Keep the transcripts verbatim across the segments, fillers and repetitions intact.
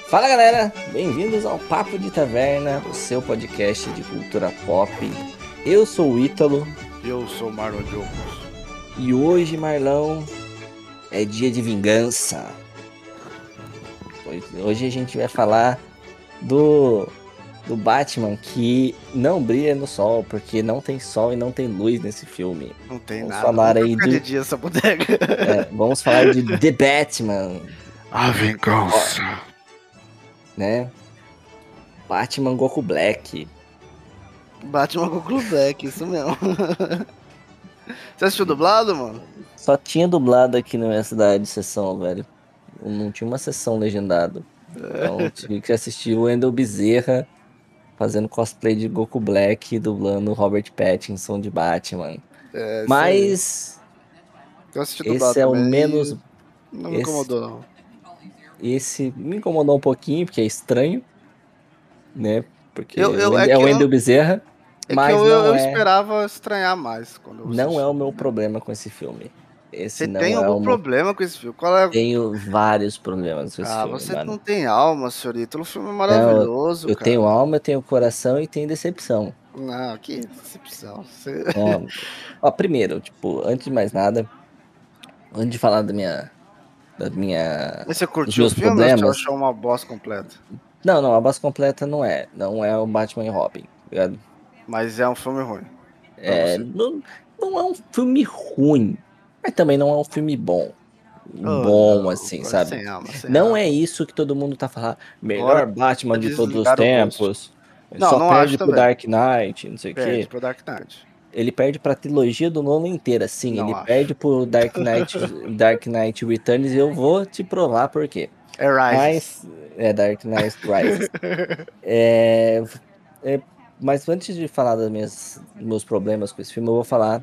Fala galera, bem-vindos ao Papo de Taverna, o seu podcast de cultura pop. Eu sou o Ítalo. Eu sou o Marlon Jocos. E hoje, Marlão, é dia de vingança. Hoje a gente vai falar do, do Batman que não brilha no sol, porque não tem sol e não tem luz nesse filme. Não tem vamos nada, falar não aí ficar do, de dia essa bodega. É, vamos falar de The Batman. A vingança. Né? Batman Goku Black. Batman Goku Black, isso mesmo. Você assistiu dublado, mano? Só tinha dublado aqui na minha cidade, sessão, velho. Não tinha uma sessão legendada. Então eu tive que assistir o Wendell Bezerra fazendo cosplay de Goku Black, dublando Robert Pattinson de Batman. É, isso aí. Mas Eu assisti dublado esse é o também menos. e não me Esse, incomodou, não. esse me incomodou um pouquinho, porque é estranho, né? Porque Eu, eu, é é que o Wendell eu, Bezerra, é que mas eu, eu, não eu é, esperava estranhar mais quando eu não é assisti. o meu problema com esse filme. Esse Você tem não é algum o meu. problema com esse filme? Qual é? Tenho vários problemas com esse Ah, filme, você não mano. tem alma, senhorita. O filme é Não, maravilhoso, eu tenho cara. alma, eu tenho coração e tenho decepção. Não, que decepção. Você... Ó, ó, primeiro, tipo, antes de mais nada, antes de falar da minha, da minha, Mas você dos curtiu o meus filme ou você problemas, achou uma bosta completa? não, não, a base completa não é, não é o Batman e Robin, tá ligado? Mas é um filme ruim pra É, você. não, não é um filme ruim, mas também não é um filme bom, Oh, bom não. assim, Agora sabe? sem alma, sem Não alma. é isso que todo mundo tá falando, Bora melhor Batman de todos os desligar o Ghost. tempos, Não, só não acho perde pro também. Dark Knight, não sei o Perde quê. pro Dark Knight. Ele perde pra trilogia do Nolan inteira, sim. Não Ele acho. perde pro Dark Knight, Dark Knight Returns e eu vou te provar por quê. É Rises. Mas é Dark Knight Rises. É, é, mas antes de falar das minhas, dos meus problemas com esse filme, eu vou falar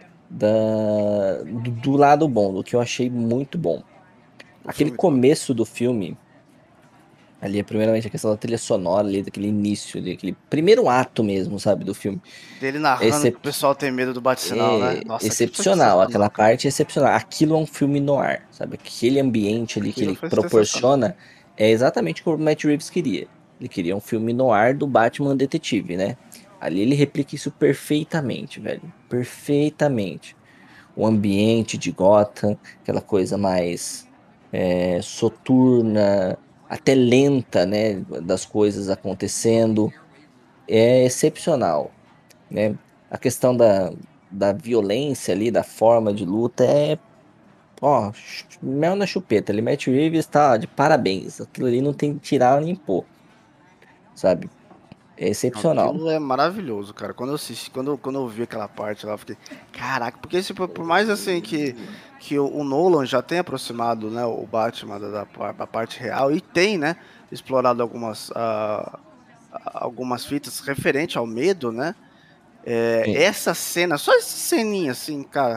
da, do, do lado bom, do que eu achei muito bom. O Aquele filme todo. começo do filme, ali, primeiramente a questão da trilha sonora ali, daquele início, ali, aquele primeiro ato mesmo, sabe, do filme. Dele narrando que o Esse pessoal tem medo do bate-sinal, né? é Nossa, aquilo foi excepcional, sensacional, aquela cara. parte é excepcional. Aquilo é um filme noir, sabe? Aquele ambiente ali que Aquilo ele foi sensacional. proporciona é exatamente o que o Matt Reeves queria. Ele queria um filme noir do Batman detetive, né? Ali ele replica isso perfeitamente, velho. Perfeitamente. O ambiente de Gotham, aquela coisa mais é, soturna, até lenta, né? Das coisas acontecendo, é excepcional, né? A questão da, da violência ali, da forma de luta é, ó, ch- mel na chupeta. Ele, Matt Reeves, tá de parabéns. Aquilo ali não tem que tirar nem pôr, sabe? É excepcional. Aquilo é maravilhoso, cara. Quando eu assisti, quando, quando eu vi aquela parte lá, eu fiquei, caraca, porque tipo, por mais assim que, que o, o Nolan já tenha aproximado, né, o Batman da, da, da parte real e tem, né, explorado algumas, ah, algumas fitas referente ao medo, né? É, Sim, essa cena, só essa ceninha assim, cara,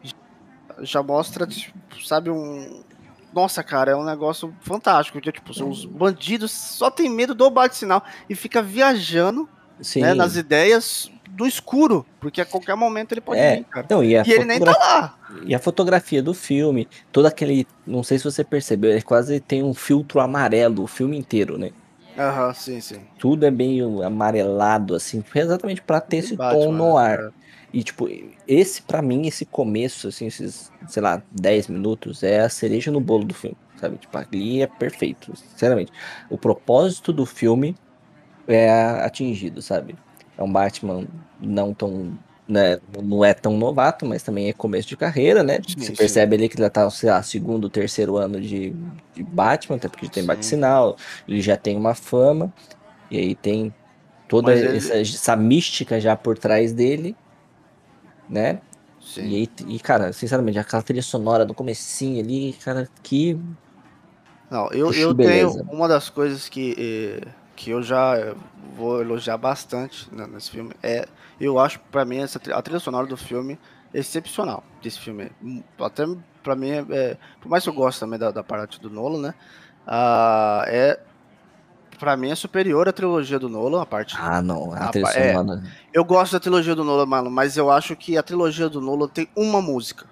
já mostra, tipo, sabe, um. Nossa, cara, é um negócio fantástico. Porque, tipo, os bandidos só tem medo do bate-sinal e fica viajando, né, nas sim. ideias do escuro, porque a qualquer momento ele pode É. vir, cara. Não, e a E ele nem tá fotografia. lá. E a fotografia do filme, todo aquele, não sei se você percebeu, ele quase tem um filtro amarelo o filme inteiro, né? Aham, sim, sim. Tudo é meio amarelado, assim, exatamente pra ter De esse tom Batman, no ar. né? E, tipo, esse, pra mim, esse começo, assim, esses, sei lá, dez minutos, é a cereja no bolo do filme, sabe? Tipo, ali é perfeito, sinceramente. O propósito do filme é atingido, sabe? É um Batman não tão, né, não é tão novato, mas também é começo de carreira, né? Você Sim, sim. percebe ali que ele já tá, sei lá, segundo, terceiro ano de, de Batman, até porque já tem Sim. bate-sinal, ele já tem uma fama, e aí tem toda Mas essa, ele. essa mística já por trás dele, né? E Sim. aí, e, cara, sinceramente, aquela trilha sonora do comecinho ali, cara, que Não, eu, chuchu eu tenho beleza. uma das coisas que, eh, que eu já eh, vou elogiar bastante, né, nesse filme. É, eu acho, pra mim, essa, tri- a trilha sonora do filme é excepcional desse filme. Hum, Até pra mim, é, é- por mais que eu goste também da, da parte do Nolan, né? Ah, é, pra mim é superior à trilogia do Nolan, a parte. Ah, não, a A, trilha pa- é, sonora. eu gosto da trilogia do Nolan, mano, mas eu acho que a trilogia do Nolan tem uma música.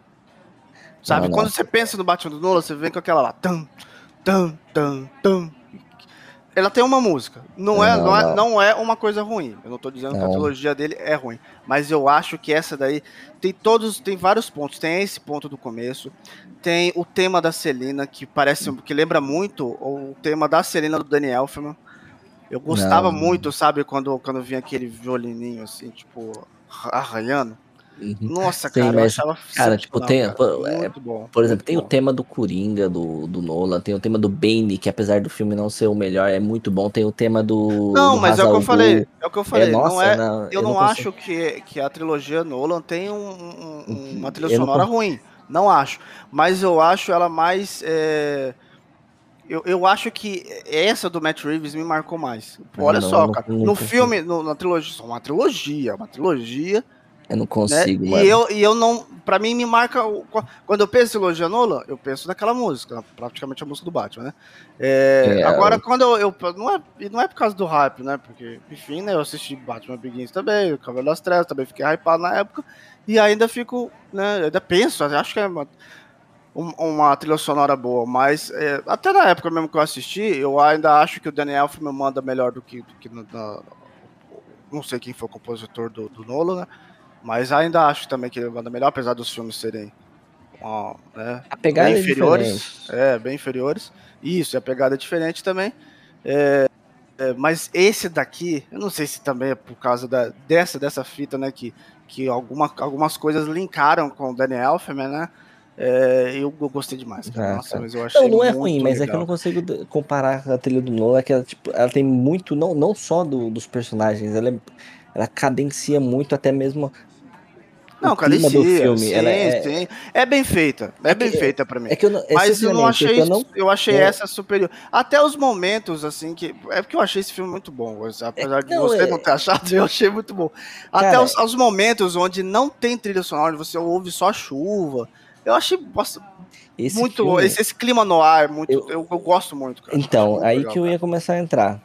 Não, Sabe? Quando não. você pensa no Batman do Nolan, você vem com aquela lá. Tum, tum, tum, tum. ela tem uma música. Não Ah, é, não, não é, não. não é uma coisa ruim. Eu não tô dizendo que a Não. trilogia dele é ruim. Mas eu acho que essa daí tem todos, tem vários pontos. Tem esse ponto do começo. Tem o tema da Celina, que parece, que lembra muito o tema da Celina do Danny Elfman. Eu gostava Não. muito, sabe, quando, quando vinha aquele violininho assim, tipo, arranhando. Uhum. Nossa, Sim, cara, eu mas, achava cara, tipo, excepcional, tem, cara. pô, é, Muito bom, por exemplo, muito tem o bom. tema do Coringa, do, do Nolan, tem o tema do Bane, que apesar do filme não ser o melhor, é muito bom, tem o tema do, Não, do mas Ra's é o que eu al falei. Ghul. É o que eu É, falei. Não nossa, é. não, Eu eu não não consigo, acho que, que a trilogia Nolan tem um, um- uma trilha eu não, sonora con- ruim. Não acho. Mas eu acho ela mais. é, Eu, eu acho que essa do Matt Reeves me marcou mais. Pô, ah, olha não, eu só, não, cara. não No consigo, filme, no- na trilogia, uma trilogia, uma trilogia, eu não né? consigo, E mano. eu, e eu não, pra mim me marca, o- quando eu penso em trilogia Nolan, eu penso naquela música, praticamente a música do Batman, né? É, É, agora, quando eu, eu- não é, e não é por causa do hype, né? Porque, enfim, né? Eu assisti Batman Begins também, o Cavaleiro das Trevas, também fiquei hypado na época, e ainda fico, né? Ainda penso, acho que é uma, um- uma trilha sonora boa, mas é, até na época mesmo que eu assisti, eu ainda acho que o Daniel Elfman manda melhor do que, do que no- na, não sei quem foi o compositor do, do Nolan, né? Mas ainda acho também que ele manda melhor, apesar dos filmes serem ó, né, a bem pegada é inferiores. diferente. É, bem inferiores. Isso, e a pegada é diferente também. É, mas esse daqui, eu não sei se também é por causa da, dessa, dessa fita, né? Que, que alguma, algumas coisas linkaram com o Danny Elfman, né? É, eu, eu gostei demais, cara. Ah, Nossa, cara. mas eu Não, achei não é ruim, muito mas é que eu não legal. consigo d- comparar a trilha do Nolan, que ela, tipo, ela tem muito, não, não só do- dos personagens, ela, é- ela cadencia muito até mesmo o Não, clima do carecia, filme. Ela sim, é, sim. É bem feita, é é que, bem é, feita pra mim. é que eu não, é, Mas eu não sinceramente, é que achei, eu não, eu achei eu, essa superior. Até os momentos, assim, que. É porque eu achei esse filme muito bom. é, Apesar de não, você não é, ter achado, eu achei muito bom. Até cara, os, os momentos onde não tem trilha sonora, onde você ouve só chuva. Eu achei nossa, esse muito. filme, Esse, esse clima no ar, muito. eu, Eu, eu gosto muito, cara. Acho então, muito aí legal, que eu cara. ia começar a entrar.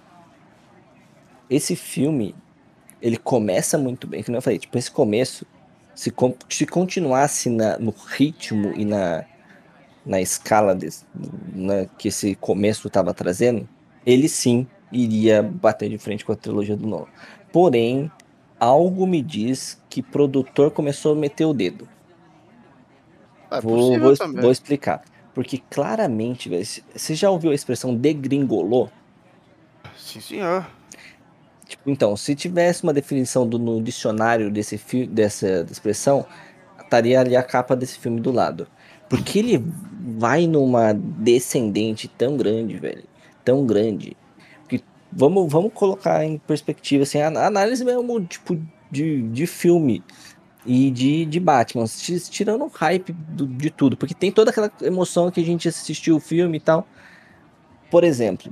Esse filme, ele começa muito bem, que nem eu falei, tipo, esse começo, se, con- se continuasse na, no ritmo e na na escala desse, né, que esse começo estava trazendo, ele sim iria bater de frente com a trilogia do Nolan. Porém, algo me diz que produtor começou a meter o dedo. É Vou, possível vou, es- vou também. explicar. Porque claramente, velho, c- você já ouviu a expressão degringolou? Sim, senhor. Tipo, então, se tivesse uma definição do, no dicionário desse fi, dessa expressão, estaria ali a capa desse filme do lado. Porque ele vai numa descendente tão grande, velho. Tão grande. Que vamos, vamos colocar em perspectiva, assim, a a análise mesmo, tipo, de, de filme e de, de Batman. ti- Tirando o hype do- de tudo. Porque tem toda aquela emoção que a gente assistiu o filme e tal. Por exemplo,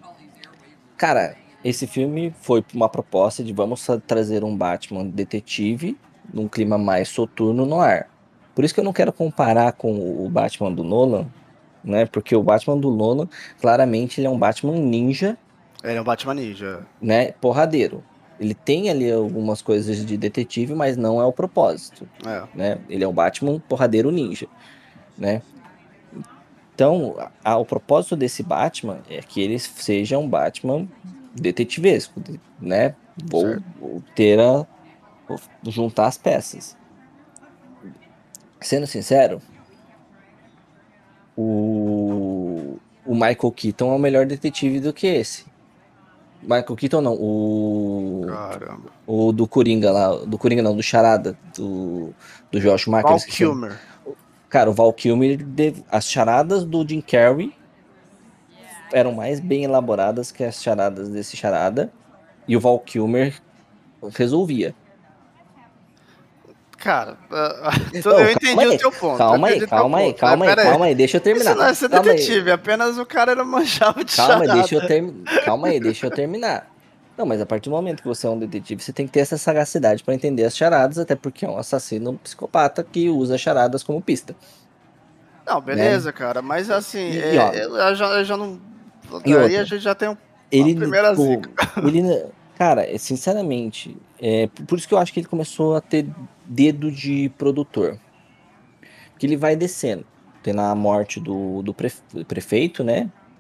cara, esse filme foi uma proposta de vamos sa- trazer um Batman detetive num clima mais soturno no ar. Por isso que eu não quero comparar com o Batman do Nolan, né? Porque o Batman do Nolan, claramente, ele é um Batman ninja, Ele é um Batman Ninja. né? Porradeiro. Ele tem ali algumas coisas de detetive, mas não é o propósito, É, né? Ele é um Batman porradeiro ninja, né? Então, a, a- o propósito desse Batman é que ele seja um Batman detetivesco, de- né? Vou, certo. vou ter a vou juntar as peças. Sendo sincero, o, o Michael Keaton é o melhor detetive do que esse. Michael Keaton não, o, Caramba. o do Coringa lá, do Coringa não, do Charada, do, do Josh Schumacher, Val esqueci. o- Kilmer. Cara, o Val Kilmer, deve- as charadas do Jim Carrey eram mais bem elaboradas que as charadas desse charada. E o Val Kilmer resolvia. Cara, ah, Ô, eu calma entendi o aí, teu ponto, eu calma aí, entendi o teu calma aí, ponto, mas calma aí, pera aí. calma aí, deixa eu Isso terminar. não é ser Calma aí, detetive, apenas o cara era manjava de calma aí, deixa eu charada. ter... calma aí, deixa eu terminar. Não, mas a partir do momento que você é um detetive, você tem que ter essa sagacidade para entender as charadas, até porque é um assassino um psicopata que usa charadas como pista, Não, né? beleza, cara, mas assim, E, e, ó, é, eu já, eu já não. e Daí a outra, gente já tem um- uma ele, primeira zica. tipo, ele, cara, é, sinceramente, é, por isso que eu acho que ele começou a ter dedo de produtor. Que ele vai descendo. Tem lá a morte do, do prefe- prefeito, né?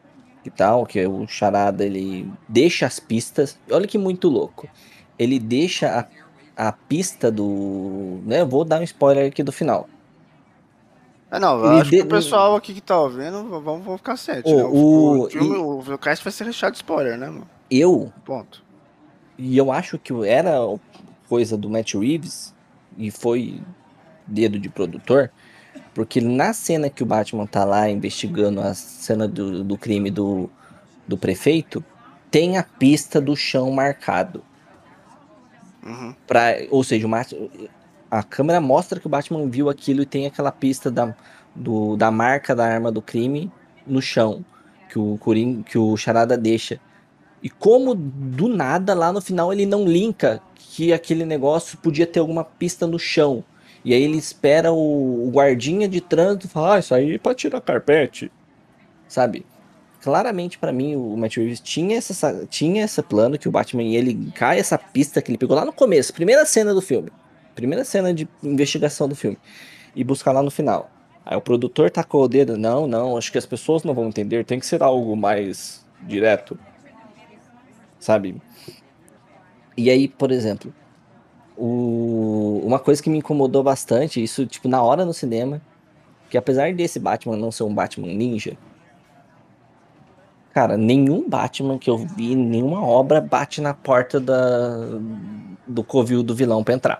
e tal, que é o Charada, ele deixa as pistas. Olha que muito louco. Ele deixa a, a pista do... Né, eu vou dar um spoiler aqui do final. É, não, eu Ele acho que de... o pessoal aqui que tá ouvindo, vamos, vamos ficar ciente, né? O, o o, o, filme, e o, o cast vai ser recheado de spoiler, né, mano? eu... Ponto. E eu acho que era coisa do Matt Reeves, e foi dedo de produtor, porque na cena que o Batman tá lá investigando a cena do, do crime do, do prefeito, tem a pista do chão marcado. Uhum. Pra, ou seja, o Batman, a câmera mostra que o Batman viu aquilo e tem aquela pista da, do, da marca da arma do crime no chão, que o Coringa, que o Charada deixa. E como do nada lá no final ele não linka que aquele negócio podia ter alguma pista no chão. E aí ele espera o, o guardinha de trânsito falar, ah, isso aí é pra tirar carpete, sabe? Claramente pra mim o Matt Reeves tinha essa tinha esse plano que o Batman e ele cai essa pista que ele pegou lá no começo, primeira cena do filme, primeira cena de investigação do filme e buscar lá no final. Aí o produtor tacou o dedo, não, não, acho que as pessoas não vão entender, tem que ser algo mais direto, sabe? E aí, por exemplo, o... uma coisa que me incomodou bastante, isso, tipo, na hora no cinema, que apesar desse Batman não ser um Batman ninja, cara, nenhum Batman que eu vi, nenhuma obra bate na porta da... do covil do vilão pra entrar.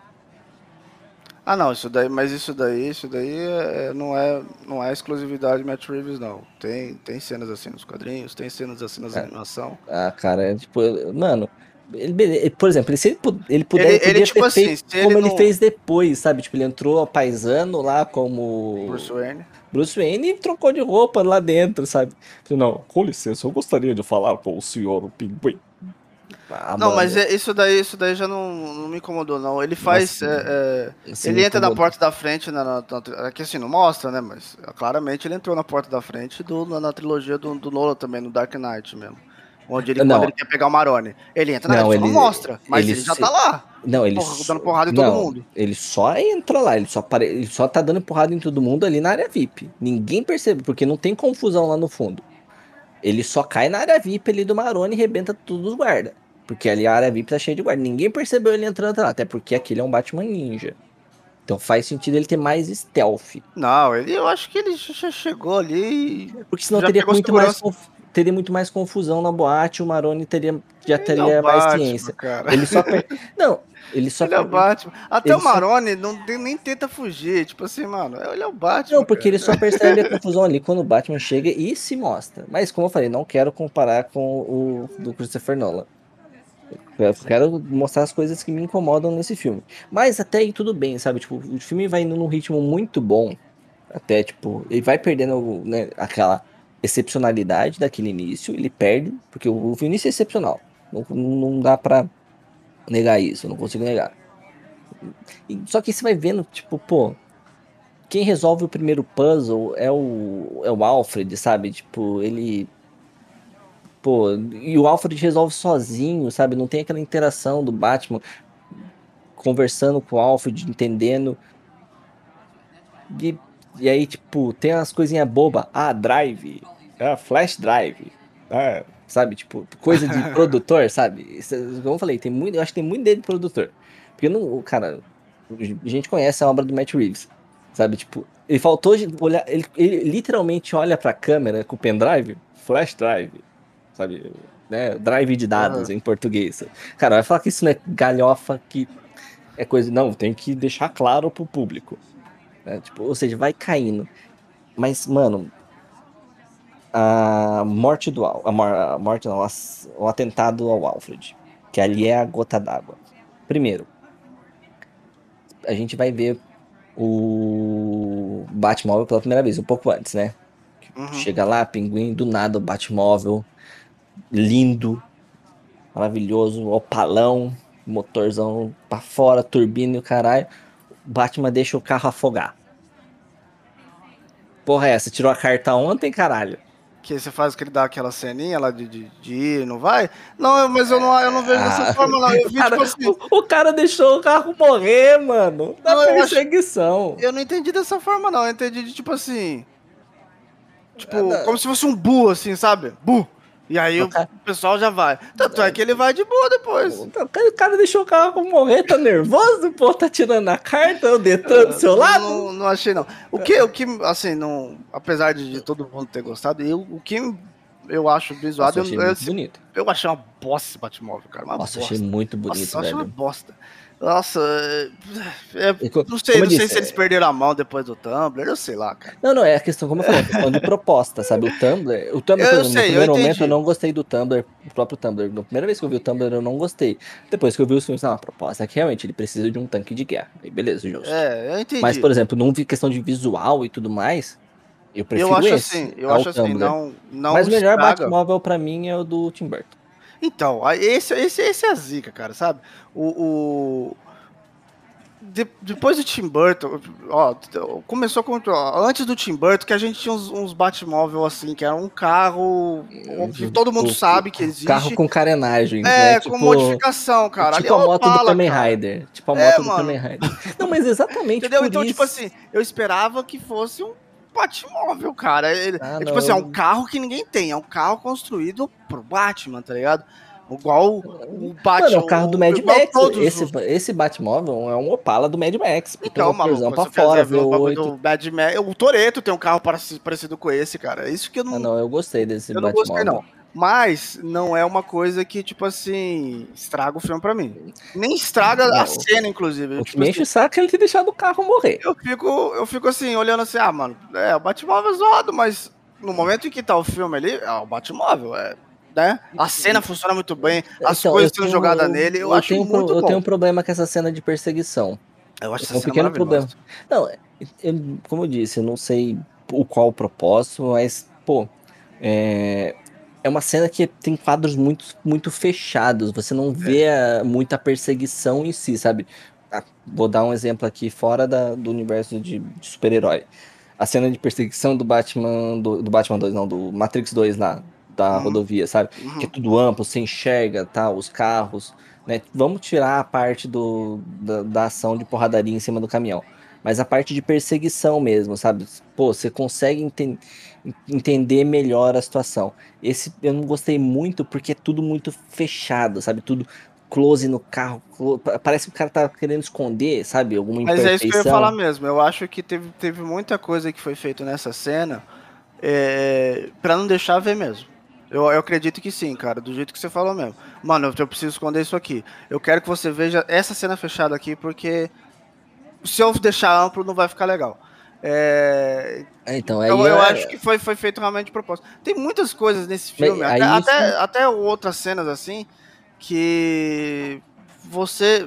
Ah, não, isso daí, mas isso daí, isso daí é- não é, não é exclusividade Matt Reeves, não. Tem, tem cenas assim nos quadrinhos, tem cenas assim nas Ah, animação. ah, cara, é, tipo, mano, ele, ele- por exemplo, ele, se ele, pu- ele puder, Ele, ele ele, podia tipo ter assim, feito se ele como ele não. fez depois, sabe? Tipo, ele entrou a paisano lá Bruce como Wayne. Bruce Wayne e trocou de roupa lá dentro, sabe? Não, com licença, eu gostaria de falar com o senhor Pinguim. Ah, Não, mas mano, é- isso daí, isso daí já não, não me incomodou, não. Ele nossa, faz. é, é, assim me ele entra na incomodou. porta da frente, na, na, na- é que assim, não mostra, né? Mas claramente ele entrou na porta da frente do, na, na trilogia do, do Nolan também, no Dark Knight mesmo. Onde ele, quando ele Não, quer pegar o Maroni. Ele entra, na, ele não, só não ele, mostra, mas ele, ele já tá se- lá, não, ele, porra, só- dando porrada em todo não, mundo. ele só entra lá, ele só, apare- ele só tá dando porrada em todo mundo ali na área V I P. Ninguém percebe, porque não tem confusão lá no fundo. Ele só cai na área V I P ali do Maroni e rebenta tudo os guarda. Porque ali a área V I P tá cheia de guarda. Ninguém percebeu ele entrando lá, até porque aquele é um Batman Ninja. Então faz sentido ele ter mais stealth. Não, ele, eu acho que ele já chegou ali e Porque senão já teria pegou muito mais, segurança. conf- teria muito mais confusão na boate, o Maroni teria, já Ele é o teria mais Batman, ciência. cara. Ele só per... Não, ele só Ele é o per... Batman. Até ele o só Maroni não tem- nem tenta fugir. Tipo assim, mano, ele é o Não, Batman, porque ele cara. só percebe a confusão ali quando o Batman chega e se mostra. Mas como eu falei, não quero comparar com o do Christopher Nolan. Eu quero mostrar as coisas que me incomodam nesse filme. Mas até aí tudo bem, sabe? Tipo, o filme vai indo num ritmo muito bom. Até, tipo, ele vai perdendo, né, aquela excepcionalidade daquele início. Ele perde, porque o, o início é excepcional. Não, não dá pra negar isso, eu não consigo negar. E- só que você vai vendo, tipo, pô, quem resolve o primeiro puzzle é o, é o Alfred, sabe? Tipo, ele. Pô, e o Alfred resolve sozinho, sabe? Não tem aquela interação do Batman conversando com o Alfred, entendendo. E, e aí, tipo, tem umas coisinhas bobas. Ah, drive. Ah, flash drive. Ah, sabe? Tipo, coisa de produtor, sabe? Isso, como eu falei, tem muito, eu acho que tem muito dele de produtor. Porque não, o cara, a gente conhece a obra do Matt Reeves, sabe? Tipo, ele faltou de olhar, ele, ele literalmente olha pra câmera com o pendrive, flash drive, sabe? Né? Drive de dados Aham. em português. Cara, vai falar que isso não é galhofa, que é coisa. Não, tem que deixar claro pro público, né? Tipo, ou seja, vai caindo. Mas, mano, a morte do Al, a, mor- a morte não, as- o atentado ao Alfred, que ali é a gota d'água. Primeiro, a gente vai ver o Batmóvel pela primeira vez, um pouco antes, né? Uhum. Chega lá, pinguim, do nada o Batmóvel, lindo, maravilhoso, opalão, motorzão pra fora, turbina e o caralho. O Batman deixa o carro afogar. Porra, é essa? Tirou a carta ontem, caralho? Que você faz que ele dá aquela ceninha lá de, de, de ir, não vai? Não, eu- mas eu não, eu não vejo dessa Ah, forma, não. Eu vi, cara, tipo assim. o, o cara deixou o carro morrer, mano, na Não, eu acho. perseguição. Eu não entendi dessa forma, não. Eu entendi de tipo assim. Tipo, como se fosse um Bu, assim, sabe? Bu! E aí o cara, pessoal já vai. Tanto é que ele vai de boa depois. o cara, o cara deixou o carro morrer, tá nervoso, pô, tá tirando a carta, o Detran do Uh, seu não, lado. não, não achei, não. O que, o que assim, não, apesar de, de todo mundo ter gostado, eu, o que eu acho Nossa, visual, eu eu, achei eu, muito bonito. eu achei uma bosta esse Batmóvel, cara. Uma Nossa, eu achei bosta. muito Nossa, bonito, eu achei uma velho. bosta. Nossa, é, é, E co- não sei, Como eu não sei disse, se eles é, perderam a mão depois do Tumblr, eu sei lá, cara. não, não, é a questão, como eu falei, é a questão de proposta, sabe? O Tumblr, o Tumblr, Eu, por eu exemplo, no sei, eu primeiro momento eu entendi. não gostei do Tumblr, o próprio Tumblr. Na primeira vez que eu vi o Tumblr eu não gostei. Depois que eu vi os filmes, não, a proposta é que realmente ele precisa de um tanque de guerra. Aí beleza, justo. É, eu Mas, entendi. por exemplo, não vi questão de visual e tudo mais, eu Eu prefiro acho assim, esse eu ao acho assim, Tumblr. não, não Mas o melhor estraga. Batmóvel pra mim é o do Tim Burton. Então, aí esse, esse, esse é a zica, cara, sabe? O, De- depois do Tim Burton, ó, começou com, ó, antes do Tim Burton que a gente tinha uns, uns Batmóvel assim, que era um carro que todo mundo O, sabe que o carro existe, com carenagens, né? é, com Tipo, modificação, cara. Ali tipo é a moto do Opala, Kamen cara. Rider. Tipo a É, moto do mano. Kamen Rider. Não, mas exatamente Entendeu? por Então, tipo isso. assim, eu esperava que fosse um Batmóvel, cara. Ele- Ah, é não, tipo assim, é um eu. carro que ninguém tem, é um carro construído pro Batman, tá ligado? Igual o, o Mano, é Batman, o carro do o- Mad igual Max. todos Esse, os. esse Batmóvel é um Opala do Mad Max. Puta Então, motorzão maluco, pra você quer fora, dizer, ver o bagulho V oito. do Bad Man. O Toreto tem um carro parecido, parecido com esse, cara. É isso que eu Ah, não, não, eu gostei desse eu não gostei, não. Batmóvel. Mas não é uma coisa que, tipo assim, estraga o filme pra mim. Nem estraga a Não, cena, inclusive. Eu, o que tipo me enche assim, o saco é ele ter deixado o carro morrer. eu fico, eu fico assim, olhando assim, ah, mano, é, o Batmóvel é zoado, mas no momento em que tá o filme ali, é o Batmóvel, é, né? A cena funciona muito bem, as Então, eu coisas sendo tenho, jogadas eu, nele, eu eu acho tenho, um pro- muito eu tenho bom. um problema com essa cena de perseguição. Eu acho Eu essa tenho um cena pequeno maravilhosa. problema. Não, eu- como eu disse, eu não sei o qual o propósito, mas, pô, é, é uma cena que tem quadros muito, muito fechados. Você não É. vê a- muita perseguição em si, sabe? Ah, vou dar um exemplo aqui fora da- do universo de, de super-herói. A cena de perseguição do Batman, do, do Batman dois, não, do Matrix dois lá, da Uhum, rodovia, sabe? Que é uhum. tudo amplo, você enxerga, tá, os carros, né? Vamos tirar a parte do, da, da ação de porradaria em cima do caminhão. Mas a parte de perseguição mesmo, sabe? Pô, você consegue enten- entender melhor a situação. Esse eu não gostei muito porque é tudo muito fechado, sabe? Tudo close no carro. clo- pa- Parece que o cara tá querendo esconder, sabe? Alguma Mas é isso que eu ia falar imperfeição. mesmo. Eu acho que teve, teve muita coisa que foi feita nessa cena é, para não deixar ver mesmo. Eu, eu acredito que sim, cara, do jeito que você falou mesmo. Mano, eu, eu preciso esconder isso aqui. Eu quero que você veja essa cena fechada aqui, porque se eu deixar amplo não vai ficar legal. É, É, então, então aí eu acho que é. foi, foi feito realmente de propósito. Tem muitas coisas nesse filme, até, Aí isso. até, até outras cenas assim, que você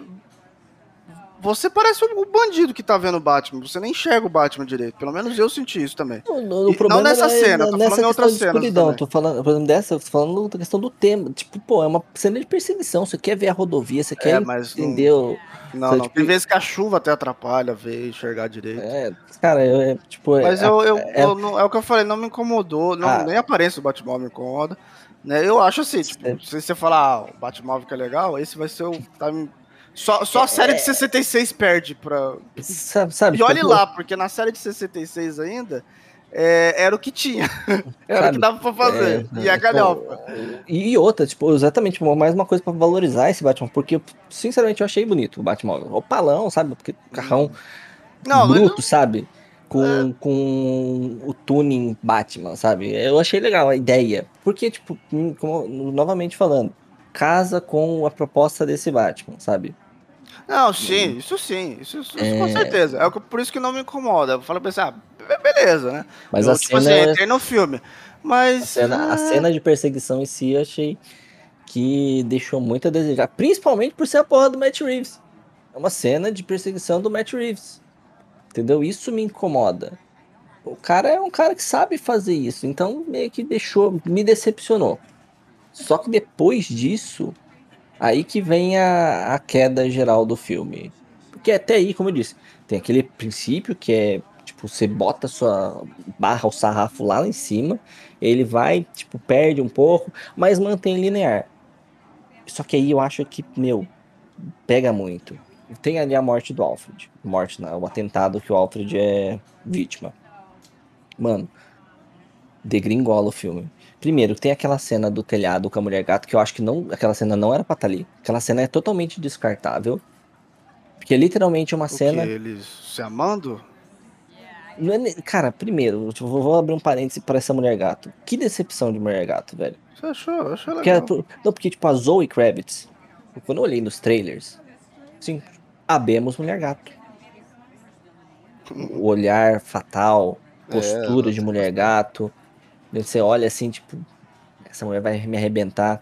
você parece o bandido que tá vendo o Batman. Você nem enxerga o Batman direito. Pelo menos eu senti isso também. O, o- o E não problema não nessa é cena, eu n- tô nessa falando em questão outras de cenas escuridão. Eu também. tô falando, por exemplo, dessa, eu tô falando da questão do tema. Tipo, pô, é uma cena de perseguição. Você quer ver a rodovia, você quer É, mas não. entender o. Não, Sabe, não. tipo, Tem vezes que a chuva até atrapalha ver, enxergar direito. é, cara, é, é, tipo, é, Mas eu, eu, é, eu não, é o que eu falei, não me incomodou. Não, a- nem a aparência do Batmóvel me incomoda. Né? Eu acho assim, tipo, é, se você falar, ah, o Batmóvel que é legal, esse vai ser o. Tá, só, só a série de é, sessenta e seis perde pra. sabe, sabe, E tipo, olhe pô, lá, porque na série de sessenta e seis ainda é, era o que tinha. Era o que sabe, dava pra é, fazer. E é galhofa. pô, e outra, tipo, exatamente, tipo, mais uma coisa pra valorizar esse Batman, porque, sinceramente, eu achei bonito o Batmóvel. O palão, sabe, porque o carrão Hum. Não, ele bruto, sabe? é, Com, com o tuning Batman, sabe? Eu achei legal a ideia. Porque, tipo, hum, como, novamente falando, casa com a proposta desse Batman, sabe? não, sim, isso sim, isso, isso- isso com É, certeza. É o que- por isso que não me incomoda. Eu falo pra você, ah, be- beleza, né? mas a Eu, tipo assim, cena, entrei no filme. a Mas. cena, a ah, cena de perseguição em si, eu achei que deixou muito a desejar. Principalmente por ser a porra do Matt Reeves. É uma cena de perseguição do Matt Reeves. Entendeu? Isso me incomoda. O cara é um cara que sabe fazer isso. Então, meio que deixou, me decepcionou. Só que depois disso, aí que vem a, a queda geral do filme. Porque até aí, como eu disse, tem aquele princípio que é, tipo, você bota sua barra, o sarrafo lá em cima, ele vai, tipo, perde um pouco, mas mantém linear. Só que aí eu acho que, meu, pega muito. Tem ali a morte do Alfred. Morte, não, o atentado que o Alfred é vítima. Mano, degringola o filme. Primeiro, tem aquela cena do telhado com a mulher gato, que eu acho que não, aquela cena não era pra estar ali. Aquela cena é totalmente descartável. Porque é literalmente uma O que? cena. Eles se amando? Não é ne- Cara, primeiro, eu vou vou abrir um parêntese pra essa mulher gato. Que decepção de mulher gato, velho. Você achou? Eu achei Porque, ela- legal. não, porque, tipo, a Zoe Kravitz, quando eu olhei nos trailers, sim, abemos mulher gato. O olhar fatal, É, postura ela de tem mulher bastante. gato. Daí você olha assim, tipo, essa mulher vai me arrebentar,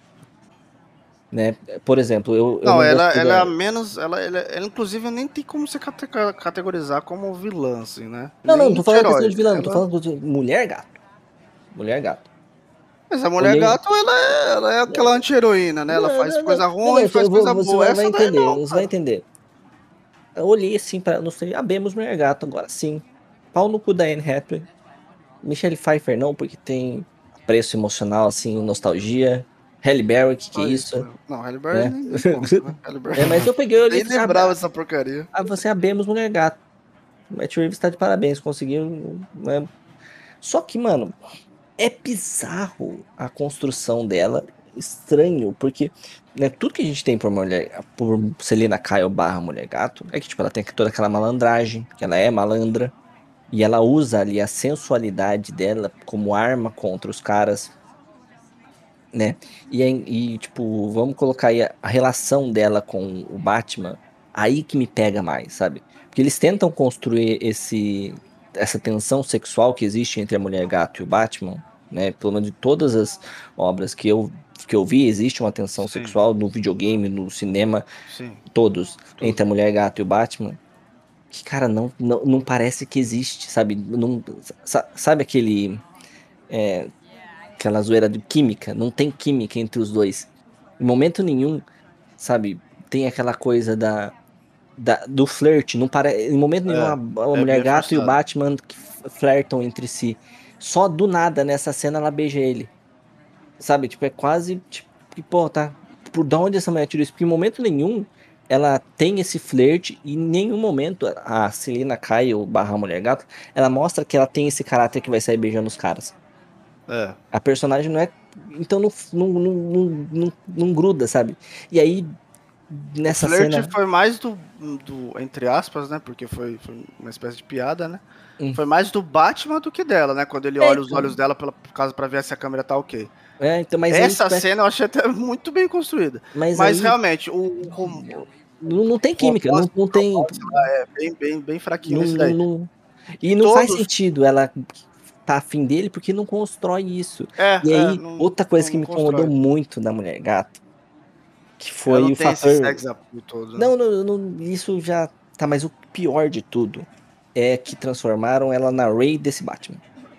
né? Por exemplo, eu, eu Não, não ela, gostei ela é a da. menos. Ela, ela, ela, inclusive, nem tem como se cate- categorizar como vilã, assim, né? Não, não, não Nem tô de falando questão herói. de vilão, tô Ela. falando de mulher gato. Mulher gato. Mas a mulher Olhei. gato, ela é, ela é aquela anti-heroína, né? Ela Não, faz não, não, coisa não, não, ruim, eu faz vou- coisa você boa. vai, vai Essa daí entender, não, você vai cara. entender. Eu olhei assim pra. Não sei, abemos mulher gato, agora sim. Pau no cu da Anne Hathaway. Michelle Pfeiffer não, porque tem preço emocional, assim, nostalgia. Halle Berry, que que é Só isso isso, mesmo. Não, Halle Berry né? nem, nem conta, né? Halle Berry. É, mas eu peguei e olhei e Nem falei assim, lembrava ah, dessa porcaria. ah, você abemos mulher gato. Matt Reeves tá de parabéns, conseguiu, né? Só que, mano, é bizarro a construção dela, estranho, porque né, tudo que a gente tem por mulher, por Selina Kyle barra mulher gato, é que tipo, ela tem toda aquela malandragem, que ela é malandra, e ela usa ali a sensualidade dela como arma contra os caras, né? E, aí- e tipo, vamos colocar aí a, a relação dela com o Batman, aí que me pega mais, sabe? Porque eles tentam construir esse essa tensão sexual que existe entre a Mulher Gato e o Batman, né? Pelo menos de todas as obras que eu que eu vi, existe uma tensão Sim, sexual no videogame, no cinema, sim, todos, entre tudo. a Mulher Gato e o Batman. Que, cara, não, não, não parece que existe, sabe? Não, sa- sabe aquele é, aquela zoeira de química, não tem química entre os dois. Em momento nenhum, sabe, tem aquela coisa da, da do flerte, não para, em momento nenhum a, É, a é mulher bem gato e o forçado. Batman que f- flertam entre si. Só do nada nessa cena ela beija ele. Sabe, tipo, é quase tipo, que, pô, tá, por da onde essa mulher tirou isso? Porque em momento nenhum ela tem esse flerte e em nenhum momento a Selina Kyle barra mulher gato, ela mostra que ela tem esse caráter que vai sair beijando os caras. É. A personagem não é. Então não, não, não, não, não, não gruda, sabe? E aí, O nessa flerte cena. foi mais do, do, entre aspas, né? Porque foi, foi uma espécie de piada, né? hum, Foi mais do Batman do que dela, né? Quando ele É, olha os olhos então. dela pela por causa para ver se a câmera tá ok. É, então, mas aí, Essa tipo, é- cena eu achei até muito bem construída. mas Mas aí realmente, o, o, rom- o não, não tem química, não, romance, não o tem. romance lá é bem, bem, bem fraquinho Não, nesse não, daí. não- E e não faz todos. sentido ela tá afim dele porque não constrói isso. É, E é, aí, não, outra coisa não, que não me incomodou constrói. muito na Mulher Gato, que Ela foi não o tem esse fator. sex appeal todo, né? Não, não, não, isso já tá, mas o pior de tudo é que transformaram ela na Ray desse Batman.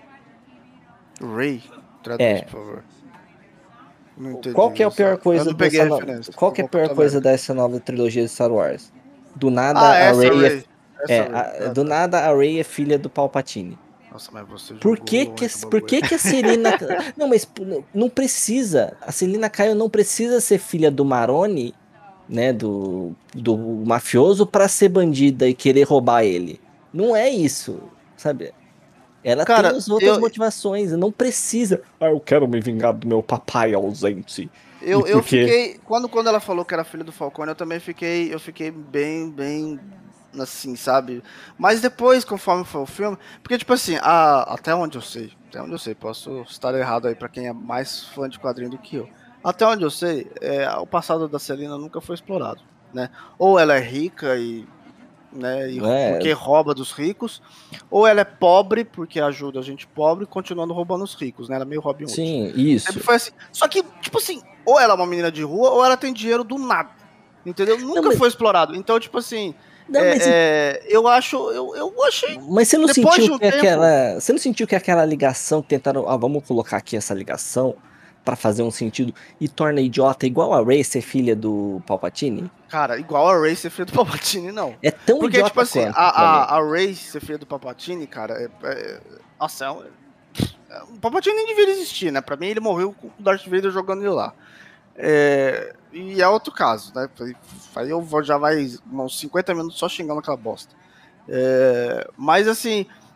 Ray, traduz, por É, favor. Não qual que entendi é a pior essa. Eu coisa não peguei dessa a no... referência. qual Foi que é a bom que eu pior tô coisa América. dessa nova trilogia de Star Wars? Do Ah, nada a essa Rey é, Ray. Essa é, Ray. a- Ah, do tá. nada a Rey é filha do Palpatine. Nossa, mas você Por jogou que que, longe o por bagulho. que que a Selina não, mas não não precisa. A Selina Kyle não precisa ser filha do Maroni, né, do, do mafioso pra ser bandida e querer roubar ele. Não é isso, sabe? Ela tem Cara, as outras eu, motivações, não precisa. Ah, eu quero me vingar do meu papai ausente. E eu, eu porque fiquei. Quando, quando ela falou que era filha do Falcone, eu também fiquei. Eu fiquei bem, bem. Assim, sabe? Mas depois, conforme foi o filme. Porque, tipo assim, a, até onde eu sei. Até onde eu sei, posso estar errado aí pra quem é mais fã de quadrinho do que eu. Até onde eu sei, é, o passado da Celina nunca foi explorado, né? Ou ela é rica e né? E é, porque rouba dos ricos, ou ela é pobre porque ajuda a gente pobre, continuando roubando os ricos, né? Ela é meio Robin Hood. sim, isso. Sempre foi assim. Só que, tipo assim, ou ela é uma menina de rua, ou ela tem dinheiro do nada. Entendeu? Não, Nunca mas, foi explorado. Então, tipo assim, não, mas, é, é, eu acho, eu, eu achei. mas você não Depois sentiu de um que tempo, aquela, você não sentiu que aquela ligação que tentaram, ah, vamos colocar aqui essa ligação pra fazer um sentido e torna idiota igual a Rey ser filha do Palpatine? cara, igual a Ray ser filha do Palpatine, não. É tão Porque, tipo idiota assim, quanto pra mim. a, a, a Ray ser filha do Palpatine, cara, é, é, nossa, é um, o Palpatine nem deveria existir, né? Pra mim, ele morreu com o Darth Vader jogando ele lá. É, e é outro caso, né? Aí eu vou já vai uns cinquenta minutos só xingando aquela bosta. É, mas assim,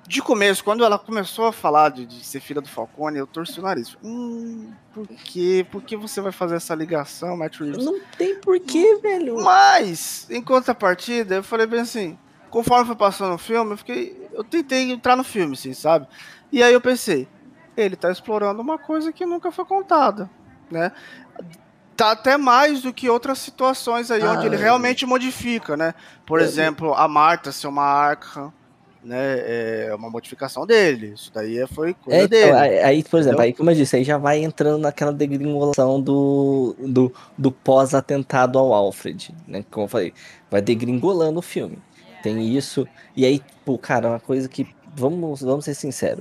de começo, quando ela começou a falar de, de ser filha do Falcone, eu torci o nariz. Hum, por quê? Por que você vai fazer essa ligação, Matt Reeves? Não tem porquê, velho. Mas, em contrapartida, eu falei bem assim, conforme foi passando o filme, eu fiquei. Eu tentei entrar no filme, assim, sabe? E aí eu pensei, ele tá explorando uma coisa que nunca foi contada, né? Tá até mais do que outras situações aí, onde ele Ah, realmente modifica, né? Por exemplo, a Marta ser uma Arkham, né? É uma modificação dele. Isso daí foi É, coisa então, dele. aí, aí, por exemplo, Entendeu? aí, como eu disse, aí já vai entrando naquela degringolação do, do, do pós-atentado ao Alfred, né? Como eu falei, vai degringolando o filme. Tem isso. E aí, pô, cara, uma coisa que. Vamos, vamos ser sinceros.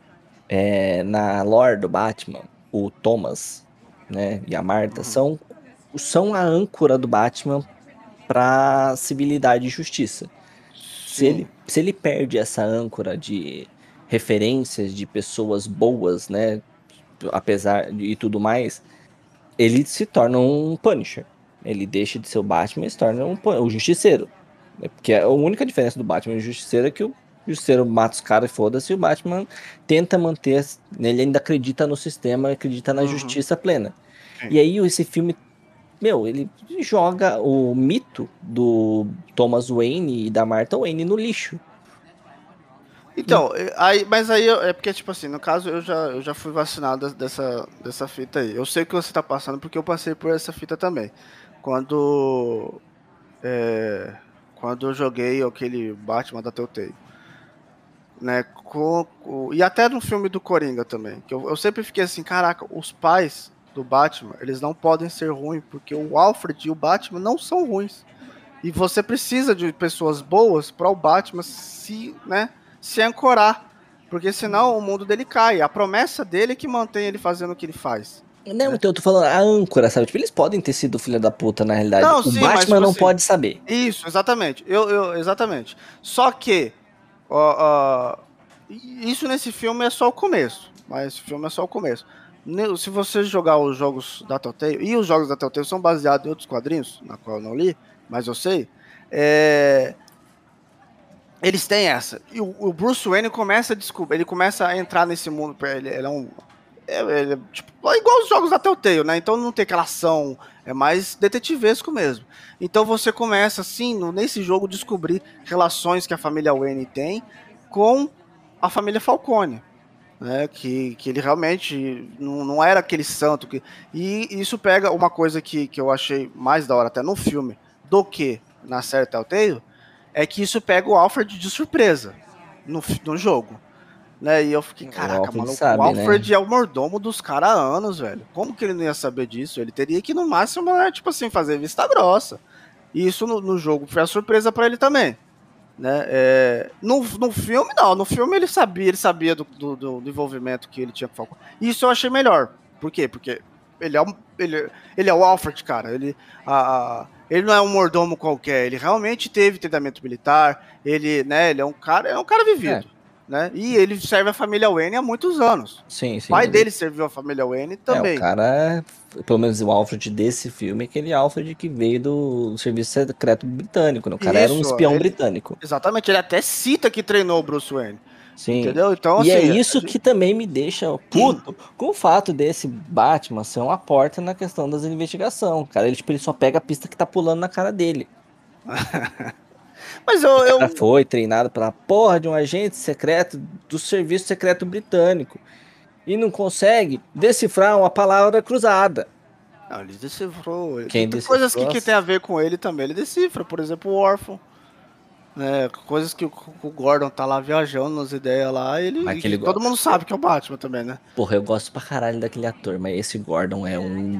É, na lore do Batman, o Thomas, né, e a Marta Uhum. são, são a âncora do Batman pra civilidade e justiça. Se Sim. ele, se ele perde essa âncora de referências de pessoas boas, né? Apesar de e tudo mais, ele se torna um Punisher. Ele deixa de ser o Batman e se torna um, pu- o Justiceiro. Né? Porque a única diferença do Batman e o Justiceiro é que o Justiceiro mata os caras e foda-se, e o Batman tenta manter. Ele ainda acredita no sistema, acredita na Uhum. justiça plena. Sim. E aí, esse filme meu, ele joga o mito do Thomas Wayne e da Martha Wayne no lixo. E, Então, é, aí, mas aí eu- é porque, tipo assim, no caso eu já, eu já fui vacinado dessa, dessa fita aí. Eu sei o que você tá passando porque eu passei por essa fita também. Quando. É, quando eu joguei aquele Batman da Telltale. Né, com, com- e até no filme do Coringa também. Que eu, eu sempre fiquei assim, caraca, os pais do Batman, eles não podem ser ruins, porque o Alfred e o Batman não são ruins. E você precisa de pessoas boas para o Batman se, né, se ancorar. Porque senão o mundo dele cai. A promessa dele é que mantém ele fazendo o que ele faz. não, Né? então eu tô falando a âncora, sabe? Tipo, eles podem ter sido filha da puta na realidade. Não, O sim, mas Batman tipo não assim. pode saber. Isso, exatamente. Eu, eu, exatamente. Só que ó, ó, isso nesse filme é só o começo. Mas esse filme é só o começo. Ne- Se você jogar os jogos da Telltale, e os jogos da Telltale são baseados em outros quadrinhos, na qual eu não li, mas eu sei. É, eles têm essa. E o, o Bruce Wayne começa a descobrir, ele começa a entrar nesse mundo. Ele, ele é um. É, ele é, tipo, é igual os jogos da Telltale, né? Então não tem aquela ação, é mais detetivesco mesmo. Então você começa, assim, no, nesse jogo, descobrir relações que a família Wayne tem com a família Falcone. Né, que, que ele realmente não, não era aquele santo. Que, e isso pega uma coisa que, que eu achei mais da hora até no filme do que na série Telltale, é que isso pega o Alfred de surpresa no, no jogo. Né? E eu fiquei, O caraca, Alfred maluco, o sabe, né? Alfred é o mordomo dos caras há anos, velho. Como que ele não ia saber disso? Ele teria que, no máximo, né, tipo assim, fazer vista grossa. E isso no, no jogo foi a surpresa para ele também. Né? É, no, no filme, não. No filme ele sabia, ele sabia do, do, do envolvimento que ele tinha com o Falcão. Isso eu achei melhor. Por quê? Porque ele é, um, ele, ele é o Alfred, cara. Ele, a, a, ele não é um mordomo qualquer. Ele realmente teve treinamento militar. Ele, né, ele é um cara, é um cara É, vivido. Né? E ele serve a família Wayne há muitos anos. sim, O sim. pai Ele, dele serviu a família Wayne é, o também. cara, pelo menos o Alfred desse filme, é aquele Alfred que veio do serviço secreto britânico, né? O cara era um Isso, espião ele, britânico. exatamente. Ele até cita que treinou o Bruce Wayne. Sim. Entendeu? Então, E é assim, isso que também me deixa puto com o fato desse Batman ser uma porta na questão das investigações. Cara, ele, tipo, ele só pega a pista que tá pulando na cara dele. mas eu, O cara eu, foi treinado pela porra de um agente secreto do serviço secreto britânico e não consegue decifrar uma palavra cruzada. Não, ele decifrou. Quem Tem coisas que, decifrou? que tem a ver com ele também. Ele decifra, por exemplo, o órfão. Né, coisas que o, o Gordon tá lá viajando nas ideias lá. Ele, Mas e aquele. todo mundo sabe que é o Batman também, né? Porra, eu gosto pra caralho daquele ator, mas esse Gordon é um.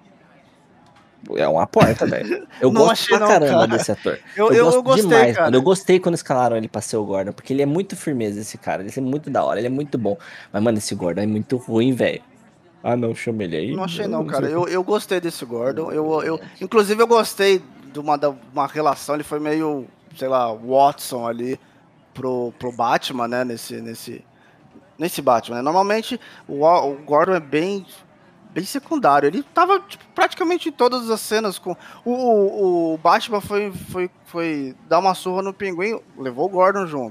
É uma porta, velho. Eu Não gosto achei pra não, caramba cara. desse ator. Eu, Eu eu, eu gosto gostei, demais, mano. Eu cara. gostei quando escalaram ele pra ser o Gordon, porque ele é muito firmeza, esse cara. Ele é muito da hora, ele é muito bom. Mas, mano, esse Gordon é muito ruim, velho. Ah, não, chama ele aí. Não achei Eu não, não sei cara. o quê. Eu, eu gostei desse Gordon. Eu, eu, inclusive, eu gostei de uma, da, uma relação. Ele foi meio, sei lá, Watson ali pro, pro Batman, né? Nesse, nesse, nesse Batman. Né? Normalmente, o, o Gordon é bem bem secundário. Ele tava tipo, praticamente em todas as cenas com. O, o, o Batman foi, foi, foi dar uma surra no pinguim, levou o Gordon junto.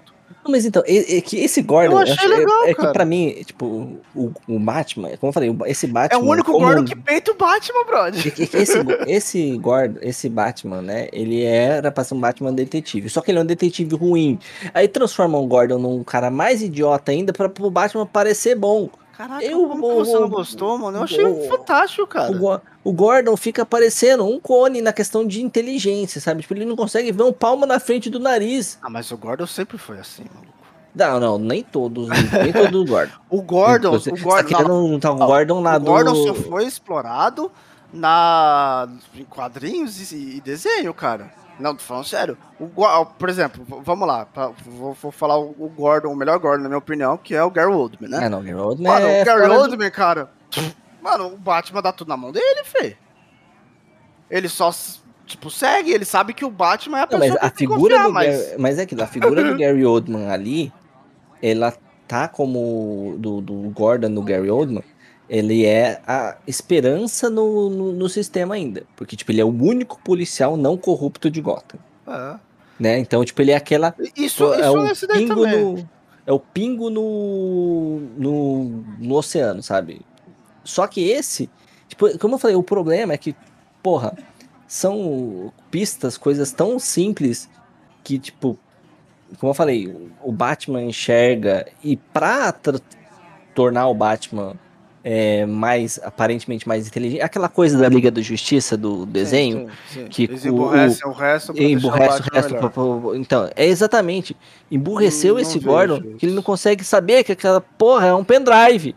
Não, mas então, é, é que esse Gordon, Eu eu achei acho- legal, é, é que cara. pra mim, tipo, o, o Batman, como eu falei, o- esse É o Batman, único como Gordon que peita o Batman, brother. é que- é que esse, esse Gordon, esse Batman, né? Ele era pra ser um Batman detetive. Só que ele é um detetive ruim. Aí transforma o Gordon num cara mais idiota ainda pra o Batman parecer bom. Caraca, Eu, como que você o, não o, gostou, mano? Eu achei o, fantástico, o, cara. Go- o Gordon fica parecendo um cone na questão de inteligência, sabe? Tipo, ele não consegue ver um palmo na frente do nariz. Ah, mas o Gordon sempre foi assim, maluco. Não, não, nem todos, nem todos os Gordon. O Gordon, Você o tá Gordon, não, querendo juntar o não. Gordon lá O Gordon só do. foi explorado na em quadrinhos e, e desenho, cara. Não, tô falando sério. O, Go- por exemplo, v- vamos lá, pra- vou, vou falar o, o Gordon, o melhor Gordon, na minha opinião, que é o Gary Oldman, né? Ah, não, Gary Oldman Mano, o é Gary fora do. Oldman, cara, mano, o Batman dá tudo na mão dele, fê. Ele só, tipo, segue, ele sabe que o Batman é a Não, mas pessoa que a ele tem que figura confiar, do mas... Gary, mas é aquilo, a figura do Gary Oldman ali, ela tá como do, do Gordon no Gary Oldman, ele é a esperança no, no, no sistema ainda, porque tipo, ele é o único policial não corrupto de Gotham, É. né? Então, tipo, ele é aquela Isso, é isso o nesse daí pingo também. no é o pingo no, no, no oceano, sabe? Só que esse, tipo, como eu falei, o problema é que, porra, são pistas, coisas tão simples que, tipo, como eu falei, o Batman enxerga e pra tra- tornar o Batman é, mais, aparentemente mais inteligente, aquela coisa da Liga da Justiça do Sim, desenho, sim, sim. que Eles o, o emborrecem o resto pra deixar o emburrece o Batman resto. pra- melhor. pra- então, é exatamente, emburreceu Hum, Não esse Gordon vejo que ele não isso. consegue saber que aquela porra é um pendrive.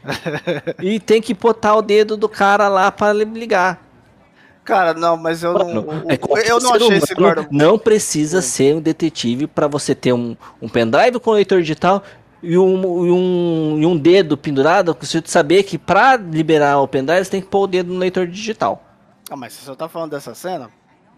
E tem que botar o dedo do cara lá para ligar. Cara, não, mas eu não. Mano, é o- o- qualquer Eu não ser achei esse humano Gordon. não precisa Sim. ser um detetive para você ter um, um pendrive com leitor digital e um, e um, e um dedo pendurado. Você saber que para liberar o pendrive você tem que pôr o dedo no leitor digital, Ah, mas você só tá falando dessa cena?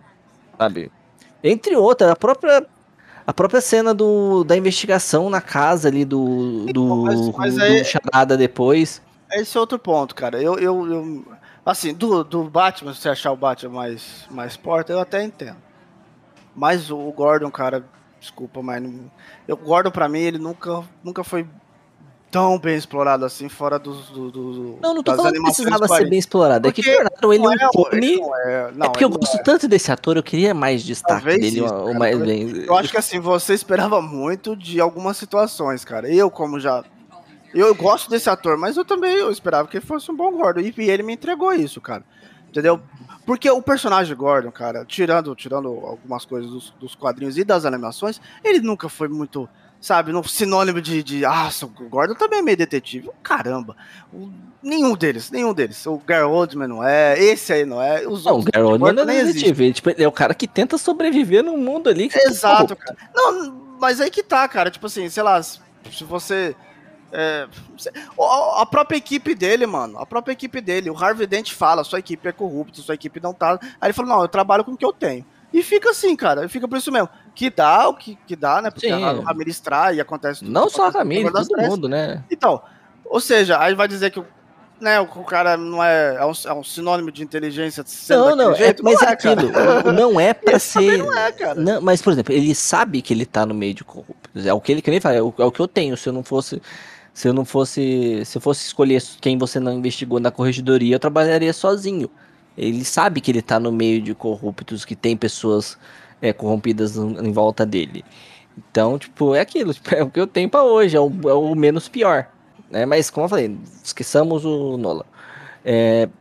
sabe? Entre outras, a própria, a própria cena do, da investigação na casa ali do, Então, mas, mas do, do aí, Charada depois. esse é outro ponto, cara. Eu, eu, eu assim, do, do Batman, se você achar o Batman mais, mais porta, eu até entendo. Mas o, o Gordon, cara, desculpa, mas não, eu, o Gordon pra mim, ele nunca, nunca foi tão bem explorado assim, fora dos, do, do- do- Não, não tô das falando que animações dos precisava ser quadrinhos. bem explorado, é que Porque tornaram ele não um é, o- ele clone. não é, É não, porque eu ele não gosto é. tanto desse ator, eu queria mais destaque Talvez dele, isso, o cara. mais Talvez. bem. Eu acho que assim, você esperava muito de algumas situações, cara. Eu, como já. Eu gosto desse ator, mas eu também eu esperava que ele fosse um bom Gordon. E ele me entregou isso, cara. Entendeu? Porque o personagem Gordon, cara, tirando, tirando algumas coisas dos, dos quadrinhos e das animações, ele nunca foi muito, sabe, no sinônimo de, de ah, o Gordon também é meio detetive. Caramba. O- nenhum deles, nenhum deles. O Gary Oldman não é, esse aí não é, os Não, o outros Gary de Oldman não Gordon é nem existem. detetive, ele, tipo, ele é o cara que tenta sobreviver num mundo ali que é tudo Exato, corrupto. cara. Não, mas aí que tá, cara. Tipo assim, sei lá, se se você. é, se- a a própria equipe dele, mano. A própria equipe dele. O Harvey Dent fala: sua equipe é corrupta, sua equipe não tá. Aí ele falou: não, eu trabalho com o que eu tenho. E fica assim, cara. Fica por isso mesmo. Que dá o que, que dá, né? Porque a- o Sim, Ramirez trai e acontece tudo que não só a acontece no Camille, favor das todo trevas. mundo, né? Então, ou seja, aí vai dizer que o, né, o, o cara não é, é um, é um sinônimo de inteligência sendo Não, daquele não, é, jeito? mas Não é é, cara. aquilo, o- não é E pra esse também ser. não é, cara. Não, mas, por exemplo, ele sabe que ele tá no meio de corruptos. É o que ele que nem fala, é o, é o que eu tenho. Se eu não fosse. Se eu não fosse. Se eu fosse escolher quem você não investigou na corregedoria, eu trabalharia sozinho. Ele sabe que ele tá no meio de corruptos, que tem pessoas é, corrompidas em em volta dele. Então, tipo, é aquilo, tipo, é o que eu tenho pra hoje, é o, é o menos pior. Né? Mas, como eu falei, esqueçamos o Nola. É,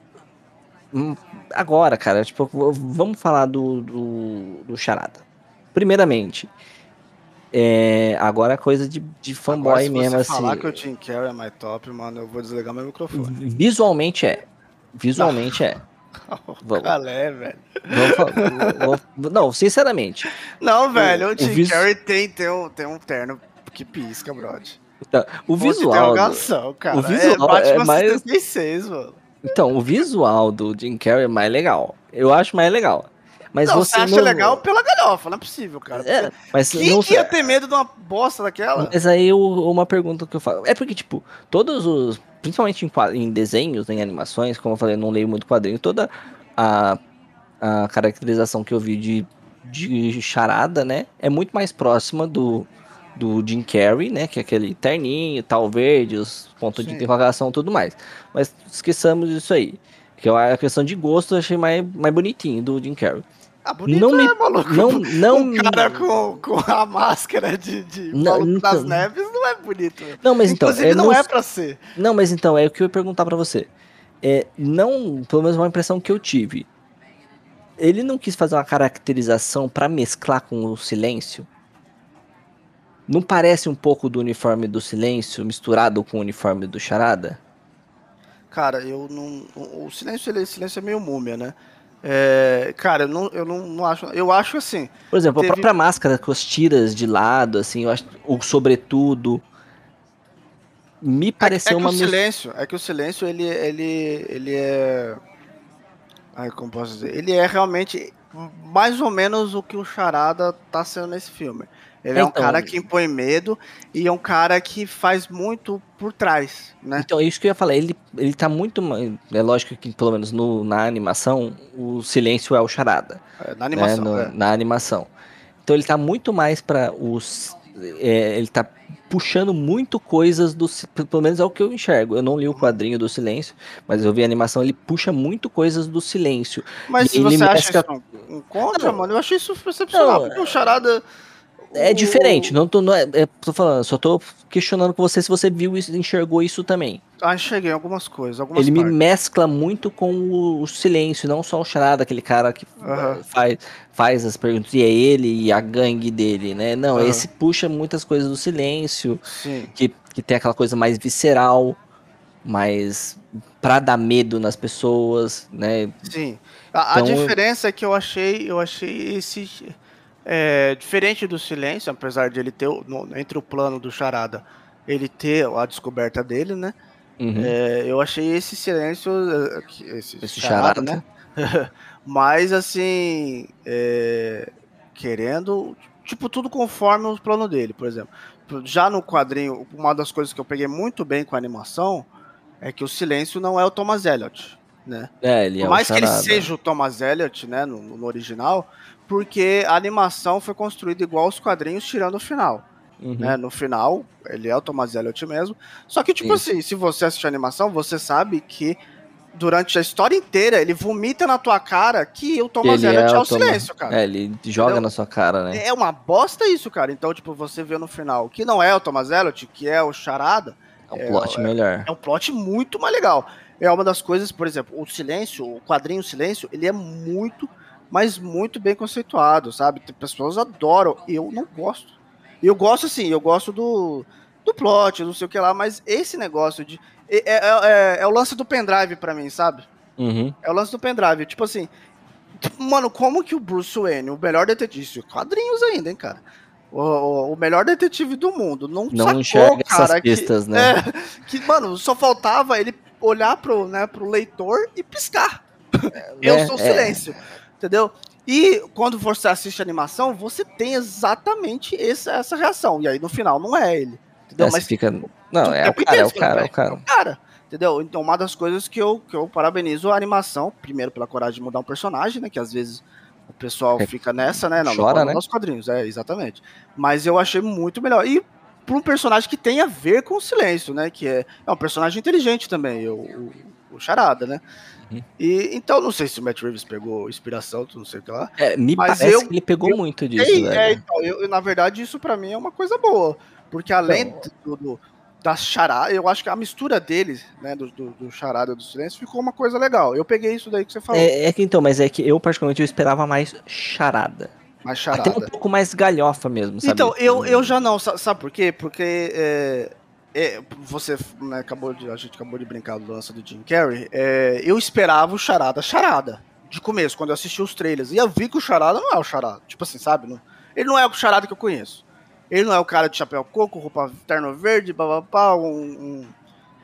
hum, agora, cara, tipo, v- vamos falar do, do, do Charada. Primeiramente, é, agora é coisa de, de Agora, fanboy se mesmo, você falar assim. que o Jim Carrey é mais top, mano, eu vou desligar meu microfone. Visualmente é. Não, Visualmente é. o Vamos, Calé, velho. vamos, fa- vamos- não, sinceramente. Não, velho, o O, o, Jim vis, Carrey tem, tem, um, tem um terno que pisca, brother. então, o Ponto de visual do, interrogação, o cara. É visual é Batman mais. setenta e seis, mano. Então, o visual do Jim Carrey é mais legal. Eu acho mais legal. Mas Não, você você acha não. legal pela galhofa, não é possível, cara. É, Porque mas quem não. que ia ter medo de uma bosta daquela? Mas aí o- uma pergunta que eu faço. É porque, tipo, todos os. Principalmente em, qua- em desenhos, em animações, como eu falei, eu não leio muito quadrinho, toda a, a caracterização que eu vi de, de charada, né? É muito mais próxima do, do Jim Carrey, né? Que é aquele terninho, tal verde, os pontos de Sim. interrogação e tudo mais. Mas esqueçamos isso aí. Que é a questão de gosto, eu achei mais, mais bonitinho do Jim Carrey. Ah, bonito Não me. é, maluco. Não, não, Um cara com, com a máscara de, de não, Maluco das então, Neves não é bonito. Meu. não, mas então, Inclusive, é, não não, é pra ser. não, mas então, é o que eu ia perguntar pra você. É, não, pelo menos uma impressão que eu tive. Ele não quis fazer uma caracterização pra mesclar com o silêncio? Não parece um pouco do uniforme do silêncio misturado com o uniforme do Charada? Cara, eu não. O o silêncio, ele, silêncio é meio múmia, né? É, cara, eu não, eu não, não acho. Eu acho assim. Por exemplo, a Teve. própria máscara com as tiras de lado, assim, eu acho, o sobretudo, me É, que- é pareceu que o uma mistura. silêncio, é que o silêncio, ele, ele, ele é. Ai, como posso dizer? Ele é realmente mais ou menos o que o Charada tá sendo nesse filme. Ele É, é um então, cara que impõe medo e é um cara que faz muito por trás, né? então, é isso que eu ia falar. Ele, ele tá muito. ma- É lógico que, pelo menos no, na animação, o silêncio é o Charada, É, na né? animação, no- é. na animação. Então ele tá muito mais para os. É, ele tá puxando muito coisas do. si- Pelo menos é o que eu enxergo. Eu não li o Uhum. quadrinho do silêncio, mas eu vi a animação. Ele puxa muito coisas do silêncio. E Mas se aí ele você acha isso mescla. um, um contra, Não, mano, eu achei isso excepcional, não, porque o Charada. é diferente. O... Não tô, não é, é- tô falando, só tô questionando com você se você viu isso, enxergou isso também. Ah, cheguei em algumas coisas, algumas Ele me partes. mescla muito com o, o silêncio, não só o Charada, aquele cara que Aham, eh, faz, faz as perguntas, e é ele e a gangue dele, né? Não, aham. esse puxa muitas coisas do silêncio, Sim, que, que tem aquela coisa mais visceral, mais pra dar medo nas pessoas, né? sim. A, a Então, diferença é que eu achei, eu achei esse. É, diferente do silêncio, apesar de ele ter, o- no- entre o plano do Charada, ele ter a descoberta dele, né? uhum, É, eu achei esse silêncio, eh, que- esse esse Charada, né? Charada. Mas assim, é, querendo, tipo, tudo conforme o plano dele, por exemplo. Já no quadrinho, uma das coisas que eu peguei muito bem com a animação é que o silêncio não é o Thomas Elliot, né? É, ele Por é o mais que ele Charada. seja o Thomas Elliot, né, no, no original, porque a animação foi construída igual os quadrinhos, tirando o final. Né, Uhum, no final, ele é o Thomas Elliot mesmo. Só que, tipo isso. assim, se você assistir a animação, você sabe que durante a história inteira ele vomita na tua cara que o Thomas Ele é Elliot é o o Thomas. silêncio, cara. É, ele joga Entendeu? na sua cara, né? É uma bosta isso, cara. Então, tipo, você vê no final que não é o Thomas Elliot, que é o Charada, É um é, plot é, melhor. é um plot muito mais legal. É uma das coisas, por exemplo, o silêncio, o quadrinho Silêncio, ele é muito, mas muito bem conceituado, sabe? Tem pessoas adoram, eu não gosto. Eu gosto assim, eu gosto do, do plot, não sei o que lá, mas esse negócio de. É, é, é, é o lance do pendrive pra mim, sabe? Uhum. É o lance do pendrive. Tipo assim, mano, como que o Bruce Wayne, o melhor detetive, quadrinhos ainda, hein, cara? O, o, o melhor detetive do mundo, não Não sacou, enxerga essas cara, que, pistas, né? é, que, mano, só faltava ele olhar pro, né, pro leitor e piscar. Eu Né? sou o É. silêncio, entendeu? E quando você assiste a animação, você tem exatamente essa, essa reação. E aí no final não é ele, entendeu? É, você Mas fica. Não, o é o tempo cara, é inteiro o você fala, cara, é o velho, é o cara. cara. Entendeu? Então, uma das coisas que eu, que eu parabenizo a animação, primeiro pela coragem de mudar um personagem, né? Que às vezes o pessoal É, fica nessa, né? Não, não pode chora, mudar né? os quadrinhos, é, exatamente. Mas eu achei muito melhor. E para um personagem que tem a ver com o silêncio, né? Que é, é um personagem inteligente também, o, o, o Charada, né? Uhum. E então, não sei se o Matt Reeves pegou inspiração, não sei o que lá, É, me mas parece eu, que ele pegou eu muito disso, Ei, é, velho. então, eu, eu, na verdade, isso pra mim é uma coisa boa. Porque além Então, do, do- da charada, eu acho que a mistura deles, né, do, do, do charada e do silêncio, ficou uma coisa legal. Eu peguei isso daí que você falou, é, é que então, mas é que eu particularmente eu esperava mais charada. mais Até um charada. pouco mais galhofa mesmo, Então, sabe? eu, eu já não, sa- sabe por quê? Porque é, é, você, né, acabou de, a gente acabou de brincar do lance do Jim Carrey, é, eu esperava o charada charada, de começo, quando eu assisti os trailers, e eu vi que o charada não é o charada, tipo assim, sabe? Não, ele não é o charada que eu conheço. Ele não é o cara de chapéu coco, roupa terno verde, babapá, um, um,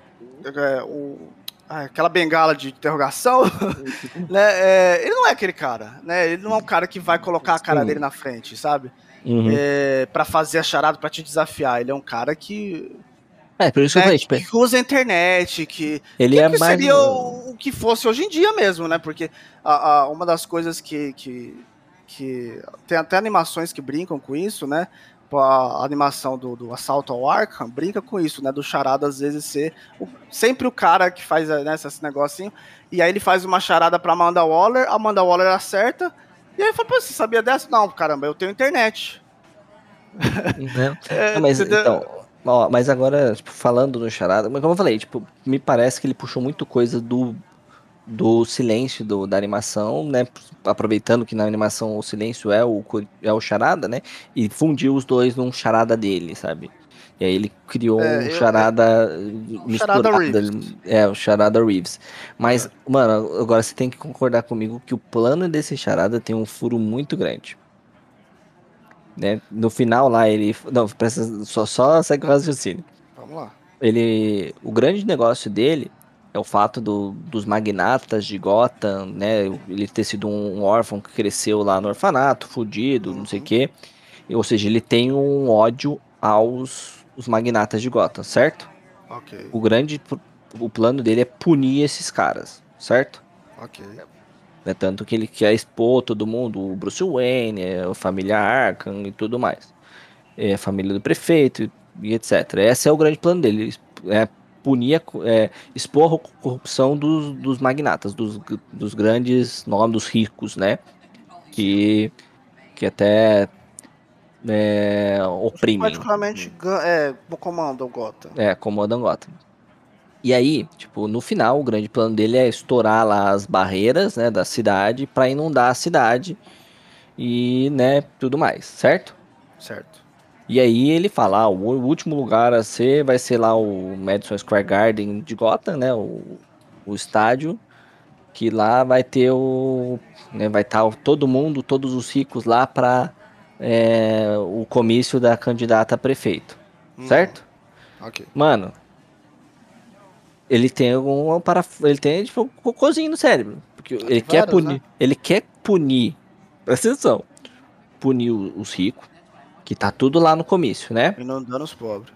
é, um ah, aquela bengala de interrogação, né? É, ele não é aquele cara, né? Ele não é um cara que vai colocar a cara dele Sim. na frente, sabe? Uhum. É, para fazer a charada, para te desafiar. Ele é um cara que, É, por isso que eu né, falei, que, tipo, que usa a internet, que, ele que, é que mais. seria o, o que fosse hoje em dia mesmo, né? Porque a, a, uma das coisas que, que, que tem até animações que brincam com isso, né? a animação do, do Assalto ao Arkham brinca com isso, né? Do charada às vezes ser o, sempre o cara que faz, né, esse negocinho, e aí ele faz uma charada pra Amanda Waller, a Amanda Waller acerta, e aí fala, pô, você sabia dessa? Não, caramba, eu tenho internet. Né? É, Não, mas entendeu? então, ó, mas agora, tipo, falando no charada, mas como eu falei, tipo, me parece que ele puxou muito coisa do, do silêncio do, da animação, né? Aproveitando que na animação o silêncio é o, co- é o charada, né? E fundiu os dois num charada dele, sabe? E aí ele criou um É, eu, é, charada o Charada misturado, Reeves. é, o charada Reeves. Mas, É. mano, agora você tem que concordar comigo que o plano desse charada tem um furo muito grande. Né? No final lá ele. Não, presta, só, só segue o raciocínio. Vamos lá. Ele, o grande negócio dele é o fato do, dos magnatas de Gotham, né? Ele ter sido um, um órfão que cresceu lá no orfanato, fudido, não sei o Uhum. quê. Ou seja, ele tem um ódio aos os magnatas de Gotham, certo? Ok, O grande pl- o plano dele é punir esses caras, certo? ok. É tanto que ele quer expor todo mundo, o Bruce Wayne, é, a família Arkham e tudo mais. É, a família do prefeito e etcétera. Esse é o grande plano dele, é punir, a co- é, expor a corrupção dos, dos magnatas, dos, dos grandes nomes, dos ricos, né? Que, que até é, oprimem, Particularmente, Gun- é, o comando Gotham. é, acomodam Gotham. E aí, tipo, no final, o grande plano dele é estourar lá as barreiras, né, da cidade para inundar a cidade e, né, tudo mais, certo? Certo. E aí ele fala, ah, o último lugar a ser vai ser lá o Madison Square Garden de Gotham, né? O, o estádio, que lá vai ter o, né, vai estar todo mundo, todos os ricos lá para o comício da candidata a prefeito, Uhum. certo? Ok. Mano, ele tem algum para ele tem tipo um cocôzinho no cérebro, porque Ah, ele tem quer vários, né? punir, ele quer punir, presta atenção, punir o- os ricos, que tá tudo lá no comício, né? Inundando os pobres.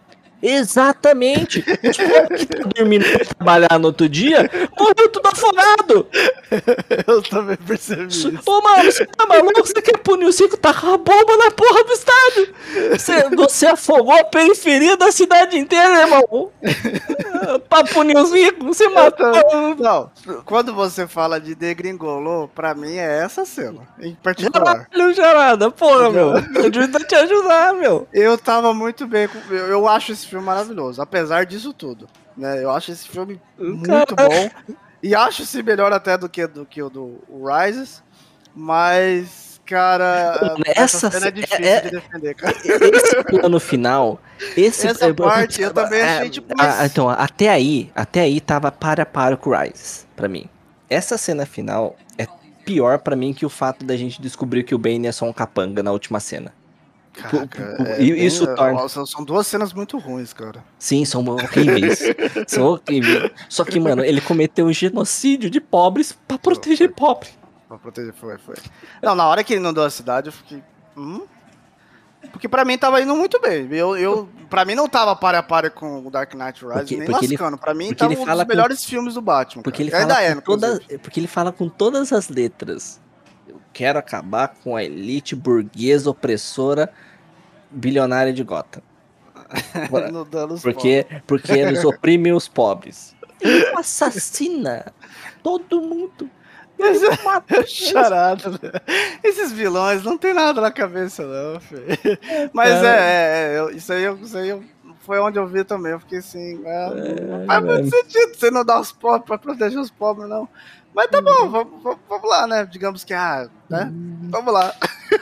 Exatamente! Os povos que tá dormindo pra trabalhar no outro dia, morreu tudo afogado! Eu também percebi isso. Ô, mano, você tá maluco? Você quer punir o circo? Tá com a bomba na porra do estádio! Você, você afogou a periferia da cidade inteira, irmão! Pra punir os ricos, você Eu também. matou... Não, quando você fala de degringolou, pra mim é essa cena, em particular. Caralho, charada, porra, Entendeu? meu! Me ajuda a te ajudar, meu! Eu tava muito bem com. Eu, eu acho esse filme maravilhoso, apesar disso tudo. Né? Eu acho esse filme muito Cara, bom. E acho esse melhor até do que, do que o do o Rises. Mas, cara, essa essa cena é é, difícil de é- defender, cara. esse plano final, esse Essa parte eu também achei, tipo, é, é, mas. então até aí, até aí tava para para com o Rise para mim. Essa cena final é pior pra mim que o fato da gente descobrir que o Bane é só um capanga na última cena. Pu- Caraca, pu- pu- é e bem. isso torna, São são duas cenas muito ruins, cara. sim, são horríveis, são horríveis. Só que mano, ele cometeu um genocídio de pobres pra Foi, proteger foi. pobre. Pra proteger, foi, foi. Não, na hora que ele inundou a cidade, eu fiquei. Hum? Porque pra mim tava indo muito bem. Eu, eu, pra mim não tava pare a pare com o Dark Knight Rises, Porque, nem porque ele, lascando. Pra mim porque tava ele um dos fala com melhores filmes do Batman, Porque cara. ele E fala ainda é, com toda, inclusive. porque ele fala com todas as letras. Eu quero acabar com a elite burguesa opressora bilionária de Gotham. Pra- Inundando os Porque, pobres. porque eles oprimem os pobres. Ele assassina todo mundo. Ele mata. Eles, Charada, né? Esses vilões não tem nada na cabeça, não, filho. Mas é, cara, é, é, eu- isso aí, eu- isso aí eu- foi onde eu vi também. Eu fiquei assim, é, não é, faz muito mano. sentido você não dar os pobres pra proteger os pobres, não. Mas tá bom, vamos, vamos, vamos lá, né? Digamos que, ah, né? Vamos lá.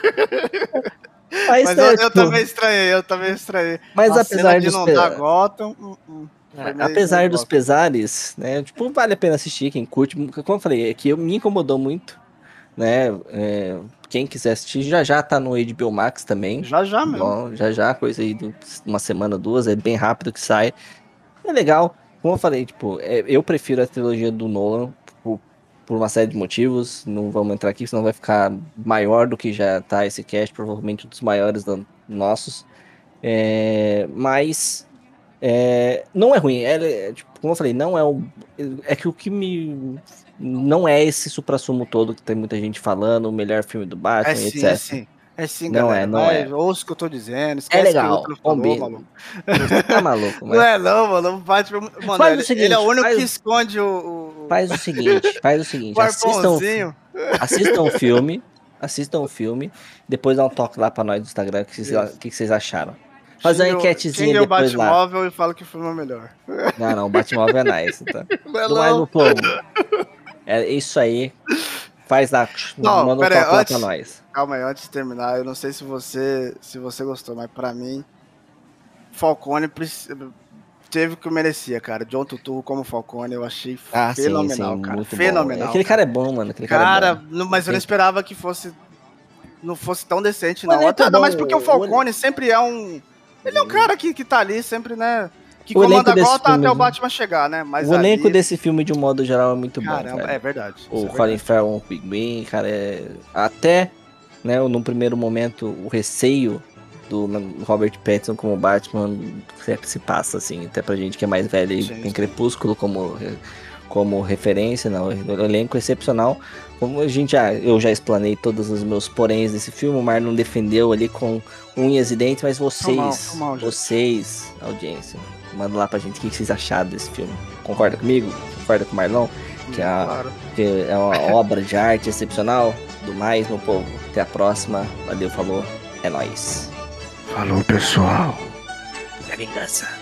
Mas, Mas eu, né, eu tipo, também estranhei, eu também estranhei. mas A cena apesar de dos, não pe- dar Gotham, hum, hum, foi é, meio, meio apesar dos bosta. pesares, né, tipo, vale a pena assistir, quem curte, como eu falei, é que eu, me incomodou muito, né? É, quem quiser assistir, já já tá no H B O Max também. Já já mesmo. Bom, já já, coisa aí de uma semana, duas, é bem rápido que sai. É legal. Como eu falei, tipo, é, eu prefiro a trilogia do Nolan por, por uma série de motivos. Não vamos entrar aqui, senão vai ficar maior do que já tá esse cast, provavelmente um dos maiores da- nossos. É, mas é, não é ruim. É, é, tipo, como eu falei, não é o. É que o que me. Não é esse suprassumo todo que tem muita gente falando, o melhor filme do É Batman, sim, etcétera. sim. É sim, Não galera. é, não Vai, é. ouça o que eu tô dizendo. É Esquece que o legal, Ítalo falou, combina. maluco. Você tá maluco, Não mas é não, mano. O Batman, mano, faz o ele, ele é o seguinte, único que faz esconde o, o, faz o seguinte, faz o o seguinte, assistam o fi arpãozinho. assistam o filme, assistam o filme, depois dá um toque lá pra nós do Instagram, o que vocês Isso. que que vocês acharam. Fazer uma Xingue o, enquetezinha xingue o depois lá. Batmóvel e fala que o filme é o melhor. Não, não, o Batmóvel é nice, tá. Não é Do mais, não. meu povo, é isso aí. Faz lá, Não, manda um pera aí, toque lá pra antes. nós. Calma aí, antes de terminar, eu não sei se você, se você gostou, mas pra mim, Falcone preci- teve o que merecia, cara. John Turturro como Falcone, eu achei Ah, sim, sim, fenomenal, cara. muito bom. Fenomenal, Aquele cara cara. é bom, mano, aquele cara é Cara, bom. não- mas eu não Tem- esperava que fosse não fosse tão decente, O não. elenco Até é ainda bom, mais porque o o, o, Falcone sempre é um. Ele é um cara que, que tá ali sempre, né? Que o elenco comanda a desse gota filme, até o Batman chegar, né? Mas o elenco ali. desse filme de um modo geral é muito bom, Caramba, é velho. verdade. O Isso é Colin verdade. Farrell, o Pinguim, cara, é... até, né, no primeiro momento, o receio do Robert Pattinson como Batman sempre se passa, assim, até pra gente que é mais velho e Sim, tem sim. Crepúsculo como, como referência, não, o elenco é excepcional. Como a gente já, eu já explanei todos os meus poréns desse filme, o Marlon defendeu ali com unhas e dentes, mas Foi mal, vocês, foi mal, gente. vocês, audiência, manda lá pra gente o que vocês acharam desse filme. Concorda comigo? Concorda com o Marlon? Que é, a, Claro. que é uma obra de arte excepcional. Do mais, meu povo. Até a próxima. Valeu, falou. É nóis. Falou, pessoal. É vingança.